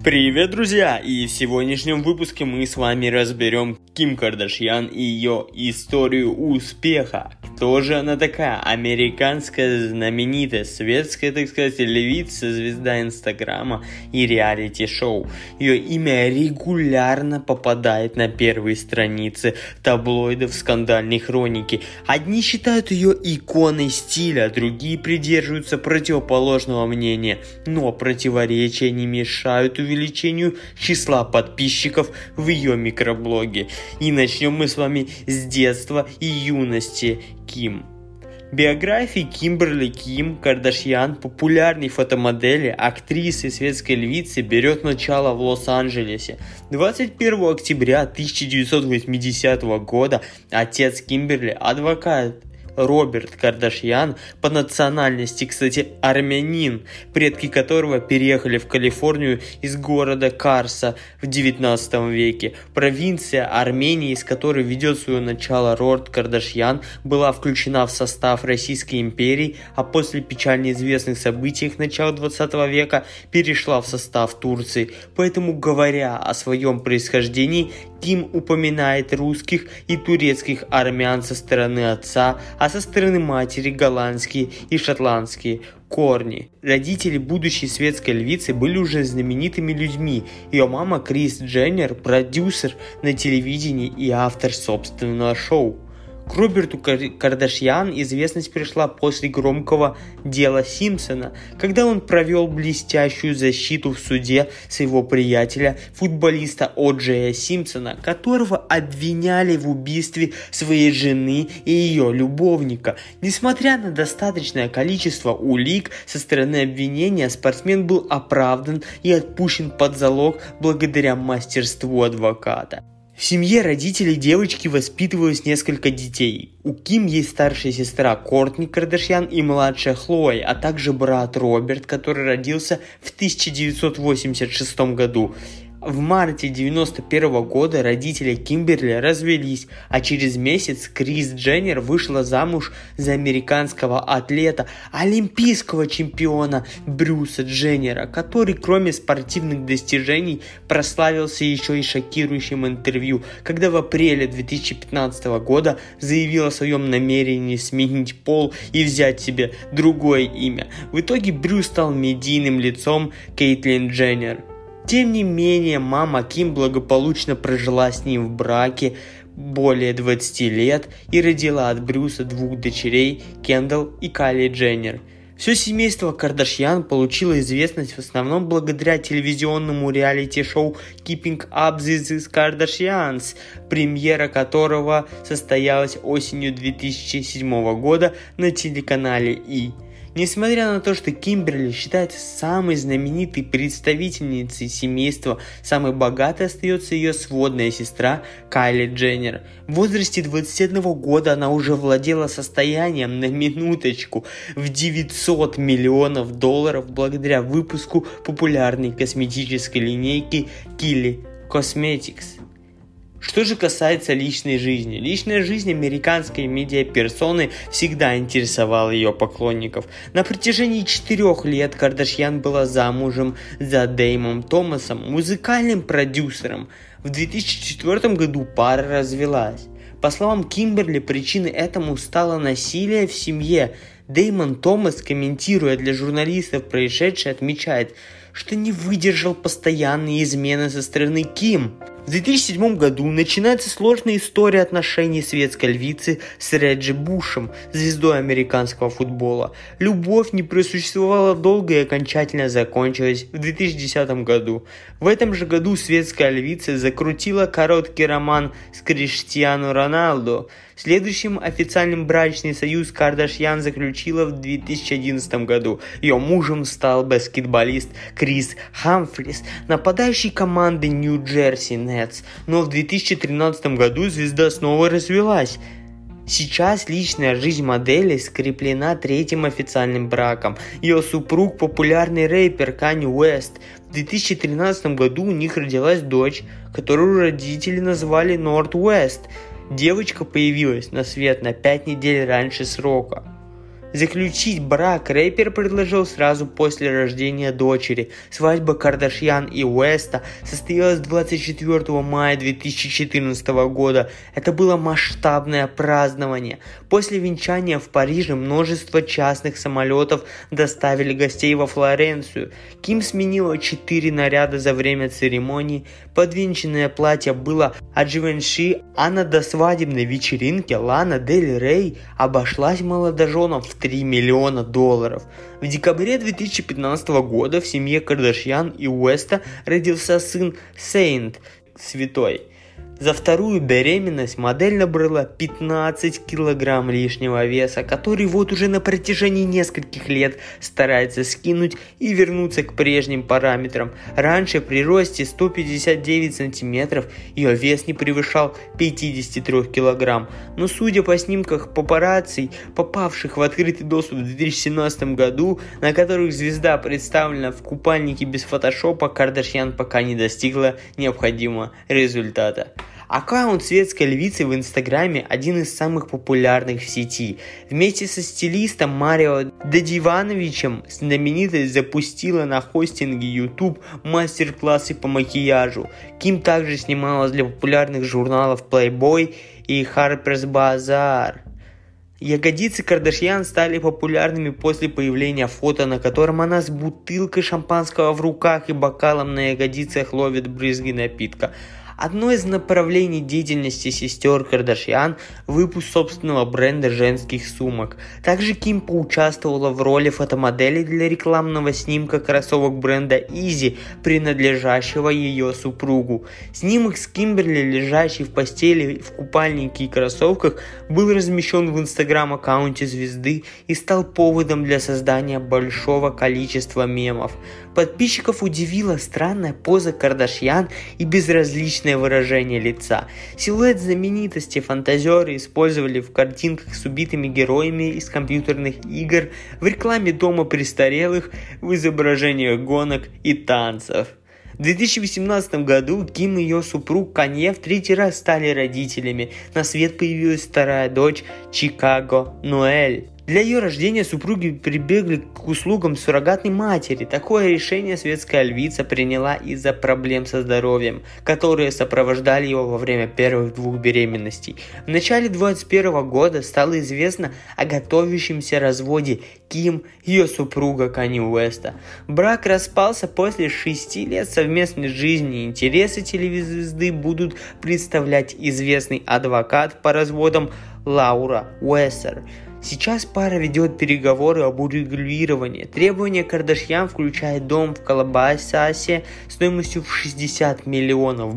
Привет, друзья! И в сегодняшнем выпуске мы с вами разберем Ким Кардашьян и ее историю успеха. Кто же она такая? Американская знаменитая светская, так сказать, львица, звезда Инстаграма и реалити-шоу. Ее имя регулярно попадает на первые страницы таблоидов скандальной хроники. Одни считают ее иконой стиля, другие придерживаются противоположного мнения. Но противоречия не мешают увеличению числа подписчиков в ее микроблоге. И начнем мы с вами с детства и юности Ким. Биография Кимберли Ким Кардашьян, популярной фотомодели, актрисы и светской львицы, берет начало в Лос-Анджелесе. 21 октября 1980 года отец Кимберли, адвокат Роберт Кардашьян, по национальности, кстати, армянин, предки которого переехали в Калифорнию из города Карса в 19 веке. Провинция Армении, из которой ведет свое начало род Кардашьян, была включена в состав Российской империи, а после печально известных событий начала 20 века перешла в состав Турции. Поэтому, говоря о своем происхождении, Ким упоминает русских и турецких армян со стороны отца, а со стороны матери голландские и шотландские корни. Родители будущей светской львицы были уже знаменитыми людьми. Ее мама Крис Дженнер, продюсер на телевидении и автор собственного шоу. К Роберту Кардашьян известность пришла после громкого дела Симпсона, когда он провел блестящую защиту в суде своего приятеля, футболиста О.Джея Симпсона, которого обвиняли в убийстве своей жены и ее любовника. Несмотря на достаточное количество улик со стороны обвинения, спортсмен был оправдан и отпущен под залог благодаря мастерству адвоката. В семье родителей девочки воспитывалось несколько детей. У Ким есть старшая сестра Кортни Кардашьян и младшая Хлоя, а также брат Роберт, который родился в 1986 году. В марте 1991 года родители Кимберли развелись, а через месяц Крис Дженнер вышла замуж за американского атлета, олимпийского чемпиона Брюса Дженнера, который, кроме спортивных достижений, прославился еще и шокирующим интервью, когда в апреле 2015 года заявил о своем намерении сменить пол и взять себе другое имя. В итоге Брюс стал медийным лицом Кейтлин Дженнер. Тем не менее, мама Ким благополучно прожила с ним в браке более 20 лет и родила от Брюса двух дочерей, Кендалл и Кайли Дженнер. Все семейство Кардашьян получило известность в основном благодаря телевизионному реалити-шоу Keeping Up with Kardashians, премьера которого состоялась осенью 2007 года на телеканале И. Несмотря на то, что Кимберли считается самой знаменитой представительницей семейства, самой богатой остается ее сводная сестра Кайли Дженнер. В возрасте 21 года она уже владела состоянием, на минуточку, в $900 миллионов благодаря выпуску популярной косметической линейки Kylie Cosmetics. Что же касается личной жизни. Личная жизнь американской медиаперсоны всегда интересовала ее поклонников. На протяжении 4 лет Кардашьян была замужем за Дэймом Томасом, музыкальным продюсером. В 2004 году пара развелась. По словам Кимберли, причиной этому стало насилие в семье. Дэймон Томас, комментируя для журналистов происшедшее, отмечает, что не выдержал постоянные измены со стороны Ким. В 2007 году начинается сложная история отношений светской львицы с Реджи Бушем, звездой американского футбола. Любовь не просуществовала долго и окончательно закончилась в 2010 году. В этом же году светская львица закрутила короткий роман с Криштиану Роналду. Следующим официальным брачный союз Кардашьян заключила в 2011 году. Ее мужем стал баскетболист Крис Хамфрис, нападающий команды Нью-Джерси Нетс. Но в 2013 году звезда снова развелась. Сейчас личная жизнь модели скреплена 3-м официальным браком. Ее супруг – популярный рэпер Канье Уэст. В 2013 году у них родилась дочь, которую родители назвали Норт Уэст. Девочка появилась на свет на 5 недель раньше срока. Заключить брак рэпер предложил сразу после рождения дочери. Свадьба Кардашьян и Уэста состоялась 24 мая 2014 года. Это было масштабное празднование. После венчания в Париже множество частных самолетов доставили гостей во Флоренцию. Ким сменила 4 наряда за время церемонии. Подвенчанное платье было от Givenchy, а на досвадебной вечеринке Лана Дель Рей обошлась молодоженам в $3 миллиона. В декабре 2015 года в семье Кардашьян и Уэста родился сын Сейнт, святой. За вторую беременность модель набрала 15 килограмм лишнего веса, который вот уже на протяжении нескольких лет старается скинуть и вернуться к прежним параметрам. Раньше при росте 159 сантиметров ее вес не превышал 53 килограмм. Но судя по снимкам папарацци, попавших в открытый доступ в 2017 году, на которых звезда представлена в купальнике без фотошопа, Кардашьян пока не достигла необходимого результата. Аккаунт светской львицы в Инстаграме один из самых популярных в сети. Вместе со стилистом Марио Дадивановичем знаменитость запустила на хостинге YouTube мастер-классы по макияжу. Ким также снималась для популярных журналов Playboy и Harper's Bazaar. Ягодицы Кардашьян стали популярными после появления фото, на котором она с бутылкой шампанского в руках и бокалом на ягодицах ловит брызги напитка. Одно из направлений деятельности сестер Кардашьян – выпуск собственного бренда женских сумок. Также Ким поучаствовала в роли фотомодели для рекламного снимка кроссовок бренда Easy, принадлежащего ее супругу. Снимок с Кимберли, лежащей в постели в купальнике и кроссовках, был размещен в инстаграм-аккаунте звезды и стал поводом для создания большого количества мемов. Подписчиков удивила странная поза Кардашьян и безразличное выражение лица. Силуэт знаменитости фантазеры использовали в картинках с убитыми героями из компьютерных игр, в рекламе дома престарелых, в изображениях гонок и танцев. В 2018 году Ким и ее супруг Канье в третий раз стали родителями. На свет появилась вторая дочь Чикаго Ноэль. Для ее рождения супруги прибегли к услугам суррогатной матери. Такое решение светская львица приняла из-за проблем со здоровьем, которые сопровождали его во время первых 2 беременностей. В начале 2021 года стало известно о готовящемся разводе Ким и ее супруга Канье Уэста. Брак распался после 6 лет совместной жизни. Интересы телезвезды будут представлять известный адвокат по разводам Лаура Уэссер. Сейчас пара ведет переговоры об урегулировании. Требования Кардашьян включают дом в Калабасасе стоимостью в $60 миллионов.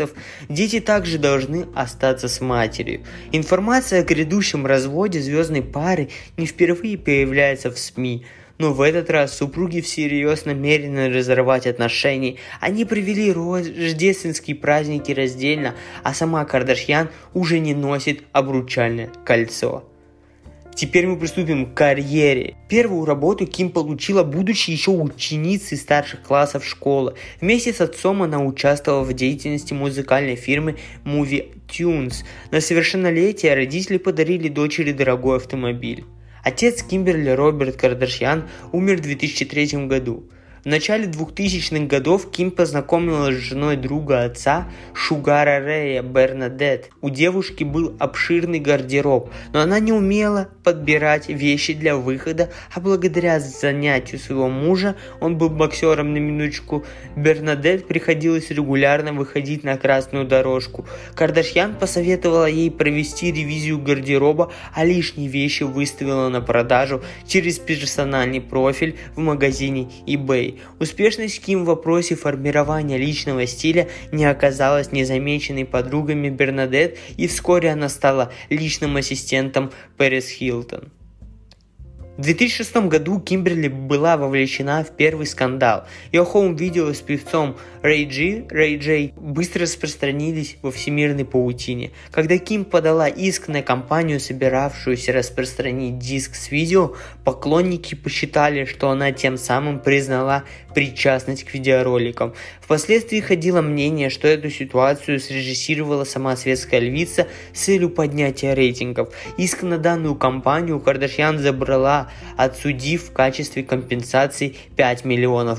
Дети также должны остаться с матерью. Информация о грядущем разводе звездной пары не впервые появляется в СМИ. Но в этот раз супруги всерьез намерены разорвать отношения. Они провели рождественские праздники раздельно, а сама Кардашьян уже не носит обручальное кольцо. Теперь мы приступим к карьере. Первую работу Ким получила, будучи еще ученицей старших классов школы. Вместе с отцом она участвовала в деятельности музыкальной фирмы Movie Tunes. На совершеннолетие родители подарили дочери дорогой автомобиль. Отец Кимберли Роберт Кардашьян умер в 2003 году. В начале 2000-х годов Ким познакомилась с женой друга отца Шугара Рэя Бернадетт. У девушки был обширный гардероб, но она не умела подбирать вещи для выхода, а благодаря занятию своего мужа, он был боксером на минуточку, Бернадетт приходилось регулярно выходить на красную дорожку. Кардашьян посоветовала ей провести ревизию гардероба, а лишние вещи выставила на продажу через персональный профиль в магазине eBay. Успешность Ким в вопросе формирования личного стиля не оказалась незамеченной подругами Бернадетт, и вскоре она стала личным ассистентом Пэрис Хилтон. В В 2006 году Кимберли была вовлечена в первый скандал. Ее хоум-видео с певцом Рэй Джей быстро распространились во всемирной паутине. Когда Ким подала иск на компанию, собиравшуюся распространить диск с видео, поклонники посчитали, что она тем самым признала причастность к видеороликам. Впоследствии ходило мнение, что эту ситуацию срежиссировала сама светская львица с целью поднятия рейтингов. Иск на данную компанию Кардашьян забрала от судьи в качестве компенсации $5 миллионов.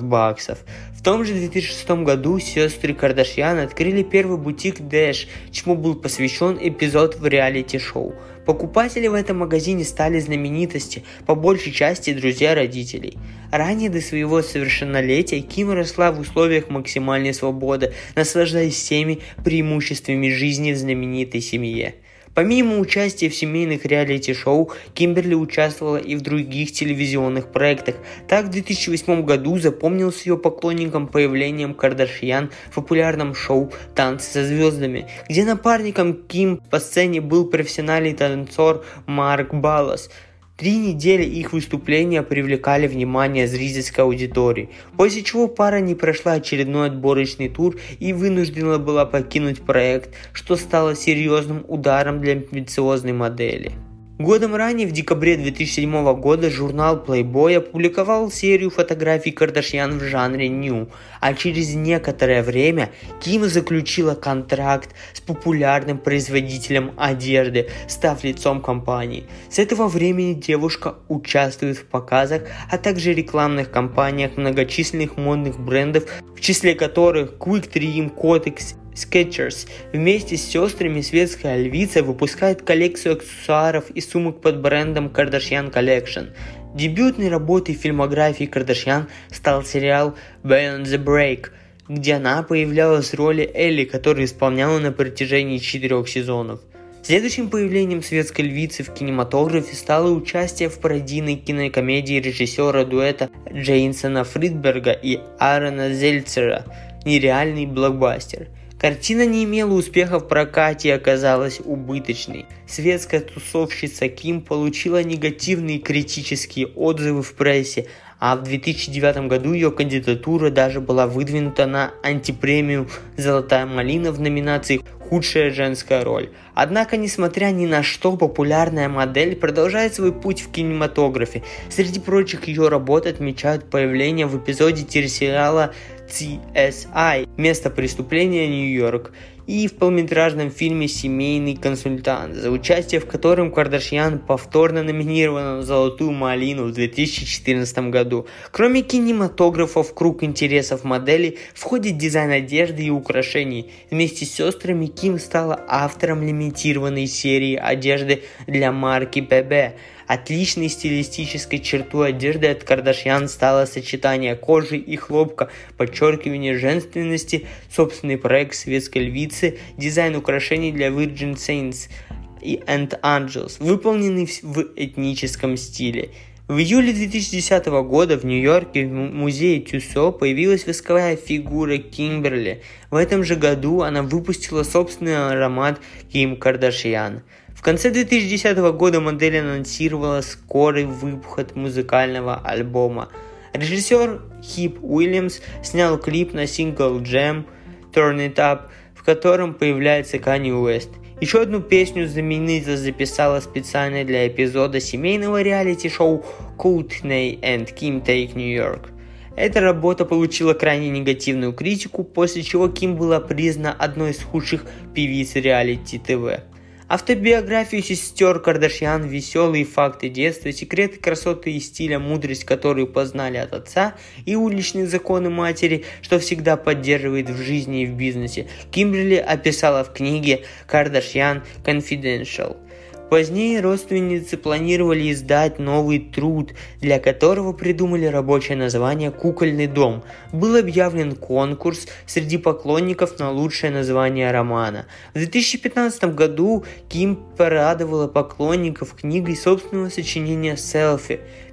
В том же 2006 году сестры Кардашьян открыли первый бутик Dash, чему был посвящен эпизод в реалити-шоу. Покупатели в этом магазине стали знаменитости, по большей части друзья родителей. Ранее до своего совершеннолетия Ким росла в условиях максимальной свободы, наслаждаясь всеми преимуществами жизни в знаменитой семье. Помимо участия в семейных реалити-шоу, Кимберли участвовала и в других телевизионных проектах. Так, в 2008 году запомнился ее поклонникам появлением Кардашьян в популярном шоу «Танцы со звездами», где напарником Ким по сцене был профессиональный танцор Марк Баллас. 3 недели их выступления привлекали внимание зрительской аудитории, после чего пара не прошла очередной отборочный тур и вынуждена была покинуть проект, что стало серьезным ударом для амбициозной модели. Годом ранее, в декабре 2007 года, журнал Playboy опубликовал серию фотографий Кардашьян в жанре ню, а через некоторое время Ким заключила контракт с популярным производителем одежды, став лицом компании. С этого времени девушка участвует в показах, а также рекламных кампаниях многочисленных модных брендов, в числе которых Quick Trim, Kotex, Skechers. Вместе с сестрами светская львица выпускает коллекцию аксессуаров и сумок под брендом Kardashian Collection. Дебютной работой в фильмографии Кардашьян стал сериал Beyond the Break, где она появлялась в роли Элли, которую исполняла на протяжении 4 сезонов. Следующим появлением светской львицы в кинематографе стало участие в пародийной кинокомедии режиссера дуэта Джейсона Фридберга и Аарона Зельцера «Нереальный блокбастер». Картина не имела успеха в прокате и оказалась убыточной. Светская тусовщица Ким получила негативные критические отзывы в прессе, а в 2009 году ее кандидатура даже была выдвинута на антипремию «Золотая малина» в номинации «Худшая женская роль». Однако, несмотря ни на что, популярная модель продолжает свой путь в кинематографе. Среди прочих ее работ отмечают появление в эпизоде телесериала CSI «Место преступления Нью-Йорк» и в полнометражном фильме «Семейный консультант», за участие в котором Кардашьян повторно номинирована на «Золотую малину» в 2014 году. Кроме кинематографа, в круг интересов модели входит дизайн одежды и украшений. Вместе с сестрами Ким стала автором лимитированной серии одежды для марки BB. Отличной стилистической чертой одежды от Кардашьян стало сочетание кожи и хлопка, подчеркивание женственности, собственный проект светской львицы, дизайн украшений для Virgin Saints and Angels, выполненный в этническом стиле. В июле 2010 года в Нью-Йорке в музее Тюссо появилась восковая фигура Кимберли. В этом же году она выпустила собственный аромат Ким Кардашьян. В конце 2010 года модель анонсировала скорый выход музыкального альбома. Режиссер Хип Уильямс снял клип на сингл Jam Turn It Up, в котором появляется Канье Уэст. Еще одну песню знаменица записала специально для эпизода семейного реалити-шоу Courtney and Kim Take New York. Эта работа получила крайне негативную критику, после чего Ким была признана одной из худших певиц реалити-ТВ. Автобиографию сестер Кардашьян, веселые факты детства, секреты красоты и стиля, мудрость, которую познали от отца, и уличные законы матери, что всегда поддерживает в жизни и в бизнесе, Кимберли описала в книге «Kardashian Confidential». Позднее родственницы планировали издать новый труд, для которого придумали рабочее название «Кукольный дом». Был объявлен конкурс среди поклонников на лучшее название романа. В 2015 году Ким порадовала поклонников книгой собственного сочинения «Селфи».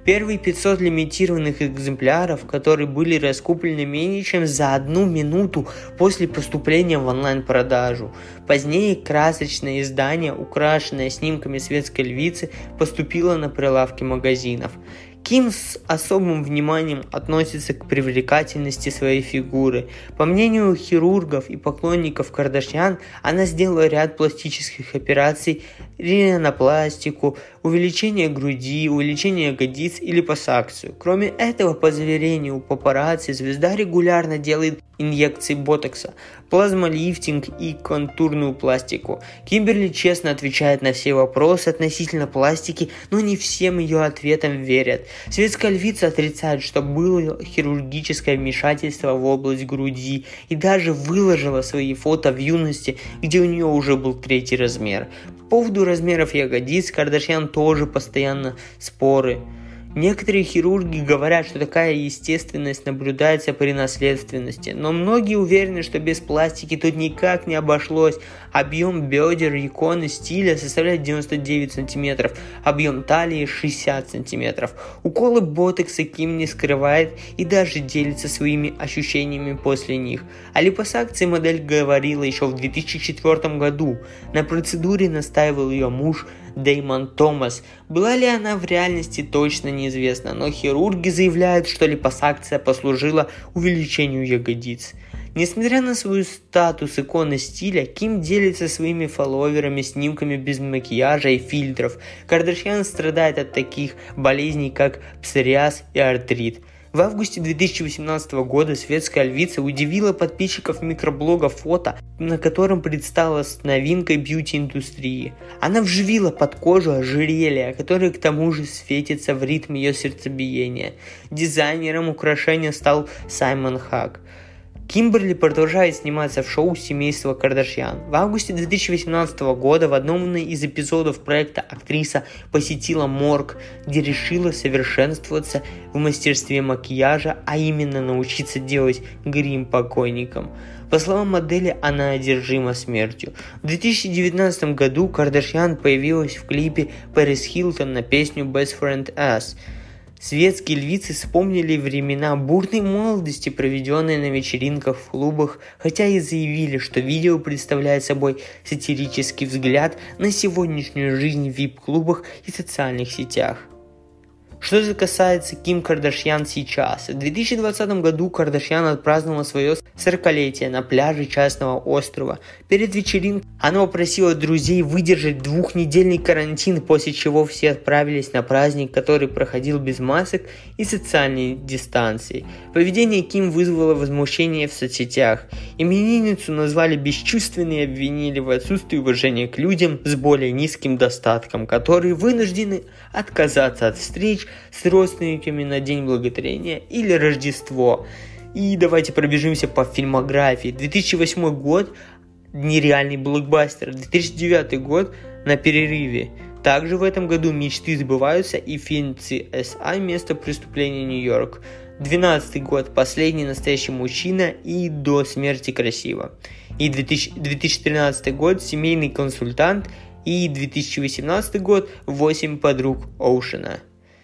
Первые 500 лимитированных экземпляров, которые были раскуплены менее чем за 1 минуту после поступления в онлайн-продажу. Позднее красочное издание, украшенное снимками светской львицы, поступило на прилавки магазинов. Ким с особым вниманием относится к привлекательности своей фигуры. По мнению хирургов и поклонников Кардашьян, она сделала ряд пластических операций, ринопластику, увеличение груди, увеличение ягодиц и липосакцию. Кроме этого, по заверению папарацци, звезда регулярно делает инъекции ботокса, плазмолифтинг и контурную пластику. Кимберли честно отвечает на все вопросы относительно пластики, но не всем ее ответам верят. Светская львица отрицает, что было хирургическое вмешательство в область груди, и даже выложила свои фото в юности, где у нее уже был 3-й размер. По поводу размеров ягодиц Кардашьян тоже постоянно споры. Некоторые хирурги говорят, что такая естественность наблюдается при наследственности, но многие уверены, что без пластики тут никак не обошлось. Объем бедер иконы стиля составляет 99 см, объем талии 60 см. Уколы ботокса Ким не скрывает и даже делится своими ощущениями после них. О липосакции модель говорила еще в 2004 году. На процедуре настаивал ее муж Дэймон Томас. Была ли она в реальности, точно неизвестно, но хирурги заявляют, что липосакция послужила увеличению ягодиц. Несмотря на свой статус иконы стиля, Ким делится своими фолловерами снимками без макияжа и фильтров. Кардашьян страдает от таких болезней, как псориаз и артрит. В августе 2018 года светская львица удивила подписчиков микроблога фото, на котором предстала с новинкой бьюти-индустрии. Она вживила под кожу ожерелье, которое к тому же светится в ритме ее сердцебиения. Дизайнером украшения стал Саймон Хаг. Кимберли продолжает сниматься в шоу семейства Кардашьян. В августе 2018 года в одном из эпизодов проекта актриса посетила морг, где решила совершенствоваться в мастерстве макияжа, а именно научиться делать грим покойникам. По словам модели, она одержима смертью. В 2019 году Кардашьян появилась в клипе Пэрис Хилтон на песню Best Friend Us. Светские львицы вспомнили времена бурной молодости, проведенные на вечеринках в клубах, хотя и заявили, что видео представляет собой сатирический взгляд на сегодняшнюю жизнь в вип-клубах и социальных сетях. Что же касается Ким Кардашьян сейчас. В 2020 году Кардашьян отпраздновала свое 40-летие на пляже частного острова. Перед вечеринкой она попросила друзей выдержать 2-недельный карантин, после чего все отправились на праздник, который проходил без масок и социальной дистанции. Поведение Ким вызвало возмущение в соцсетях. Именинницу назвали бесчувственной и обвинили в отсутствии уважения к людям с более низким достатком, которые вынуждены отказаться от встреч с родственниками на День Благодарения или Рождество. И давайте пробежимся по фильмографии. 2008 год – нереальный блокбастер. 2009 год – на перерыве. Также в этом году «Мечты сбываются» и фильм CSI «Место преступления Нью-Йорк». 2012 год – «Последний настоящий мужчина» и «До смерти красиво». И 2013 год – «Семейный консультант». И 2018 год – «8 подруг Оушена».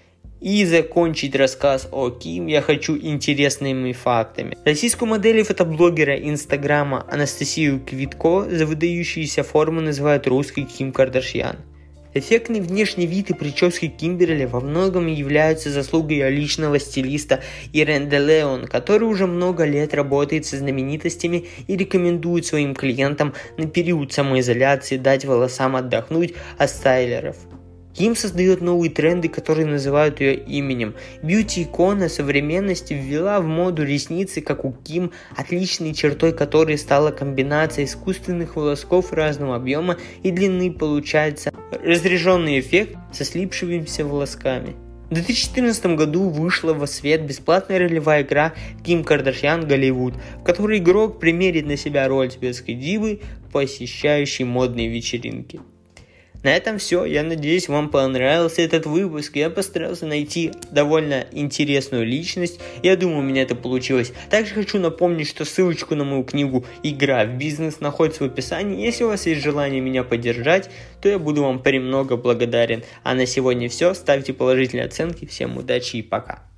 И закончить рассказ о Ким я хочу интересными фактами. Российскую модель и фотоблогера Инстаграма Анастасию Квитко за выдающиеся формы называют русской Ким Кардашьян. Эффектный внешний вид и прически Кимберли во многом являются заслугой ее личного стилиста Ирен де Леон, который уже много лет работает со знаменитостями и рекомендует своим клиентам на период самоизоляции дать волосам отдохнуть от стайлеров. Ким создает новые тренды, которые называют ее именем. Бьюти-икона современности ввела в моду ресницы, как у Ким, отличной чертой которой стала комбинация искусственных волосков разного объема и длины, получается разряженный эффект со слипшимися волосками. В 2014 году вышла во свет бесплатная ролевая игра Ким Кардашьян Голливуд, в которой игрок примерит на себя роль светской дивы, посещающей модные вечеринки. На этом все. Я надеюсь, вам понравился этот выпуск. Я постарался найти довольно интересную личность. Я думаю, у меня это получилось. Также хочу напомнить, что ссылочку на мою книгу «Игра в бизнес» находится в описании. Если у вас есть желание меня поддержать, то я буду вам премного благодарен. А на сегодня все. Ставьте положительные оценки. Всем удачи и пока.